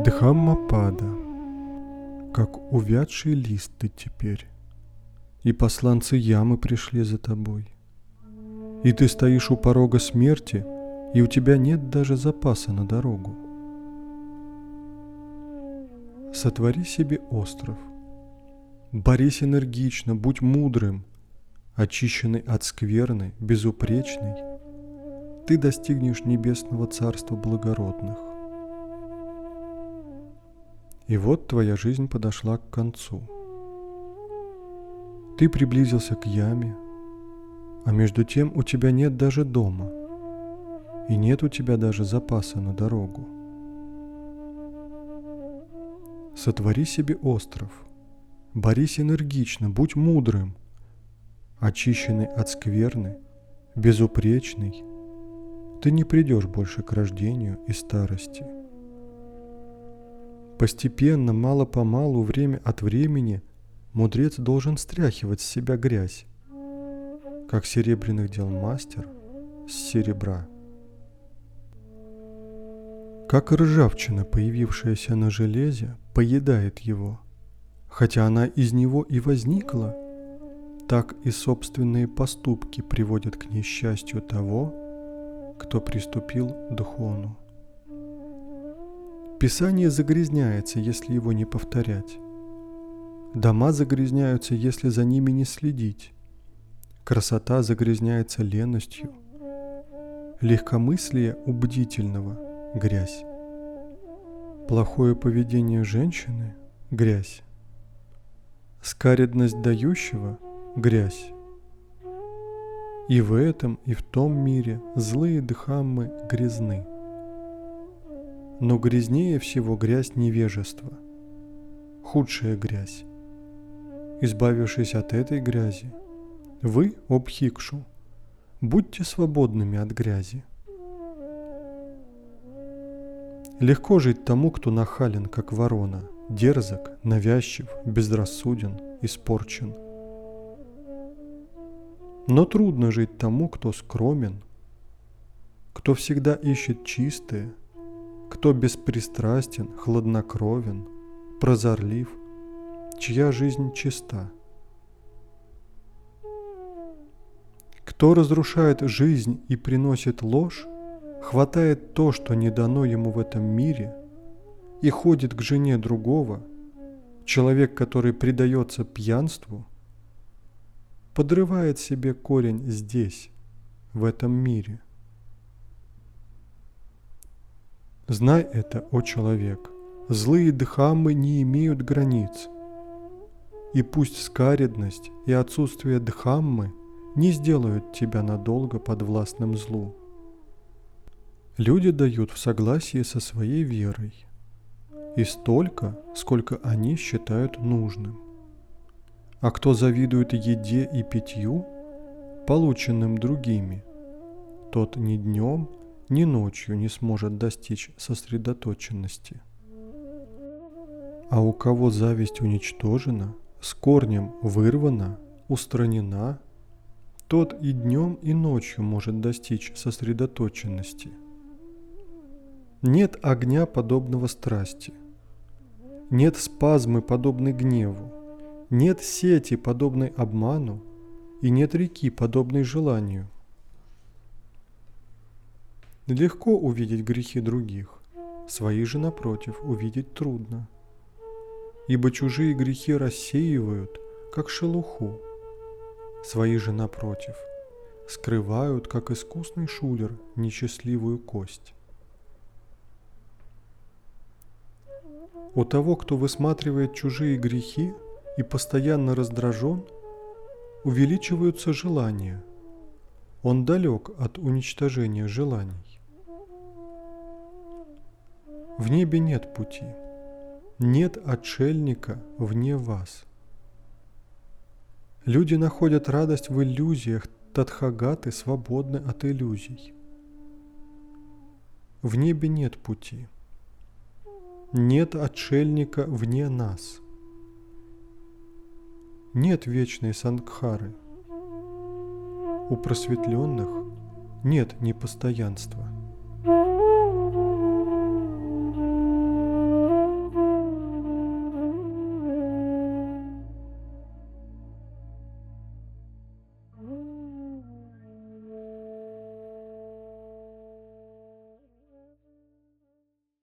Дхаммапада, как увядший лист ты теперь, и посланцы ямы пришли за тобой. И ты стоишь у порога смерти, и у тебя нет даже запаса на дорогу. Сотвори себе остров. Борись энергично, будь мудрым, очищенный от скверны, безупречный, ты достигнешь небесного царства благородных. И вот твоя жизнь подошла к концу. Ты приблизился к яме, а между тем у тебя нет даже дома, и нет у тебя даже запаса на дорогу. Сотвори себе остров, борись энергично, будь мудрым, очищенный от скверны, безупречный, ты не придешь больше к рождению и старости. Постепенно, мало-помалу, время от времени мудрец должен стряхивать с себя грязь, как серебряных дел мастер с серебра. Как ржавчина, появившаяся на железе, поедает его, хотя она из него и возникла, так и собственные поступки приводят к несчастью того, кто приступил к дхону. Писание загрязняется, если его не повторять. Дома загрязняются, если за ними не следить. Красота загрязняется леностью. Легкомыслие у бдительного – грязь. Плохое поведение женщины – грязь. Скаредность дающего – грязь. И в этом, и в том мире злые дхаммы грязны. Но грязнее всего грязь невежества, худшая грязь. Избавившись от этой грязи, вы, о Бхикшу, будьте свободными от грязи. Легко жить тому, кто нахален, как ворона, дерзок, навязчив, безрассуден, испорчен. Но трудно жить тому, кто скромен, кто всегда ищет чистое, кто беспристрастен, хладнокровен, прозорлив, чья жизнь чиста. Кто разрушает жизнь и приносит ложь, хватает то, что не дано ему в этом мире, и ходит к жене другого, человек, который предается пьянству, подрывает себе корень здесь, в этом мире. Знай это, о человек, злые дхаммы не имеют границ, и пусть скаредность и отсутствие дхаммы не сделают тебя надолго подвластным злу. Люди дают в согласии со своей верой, и столько, сколько они считают нужным. А кто завидует еде и питью, полученным другими, тот ни днем, ни ночью не сможет достичь сосредоточенности. А у кого зависть уничтожена, с корнем вырвана, устранена, тот и днем, и ночью может достичь сосредоточенности. Нет огня, подобного страсти, нет спазмы, подобной гневу, нет сети, подобной обману, и нет реки, подобной желанию. Легко увидеть грехи других, свои же, напротив, увидеть трудно. Ибо чужие грехи рассеивают, как шелуху, свои же, напротив, скрывают, как искусный шулер, несчастливую кость. У того, кто высматривает чужие грехи и постоянно раздражен, увеличиваются желания. Он далек от уничтожения желаний. В небе нет пути, нет отшельника вне вас. Люди находят радость в иллюзиях, тадхагаты свободны от иллюзий. В небе нет пути, нет отшельника вне нас. Нет вечной сангхары. У просветленных нет непостоянства.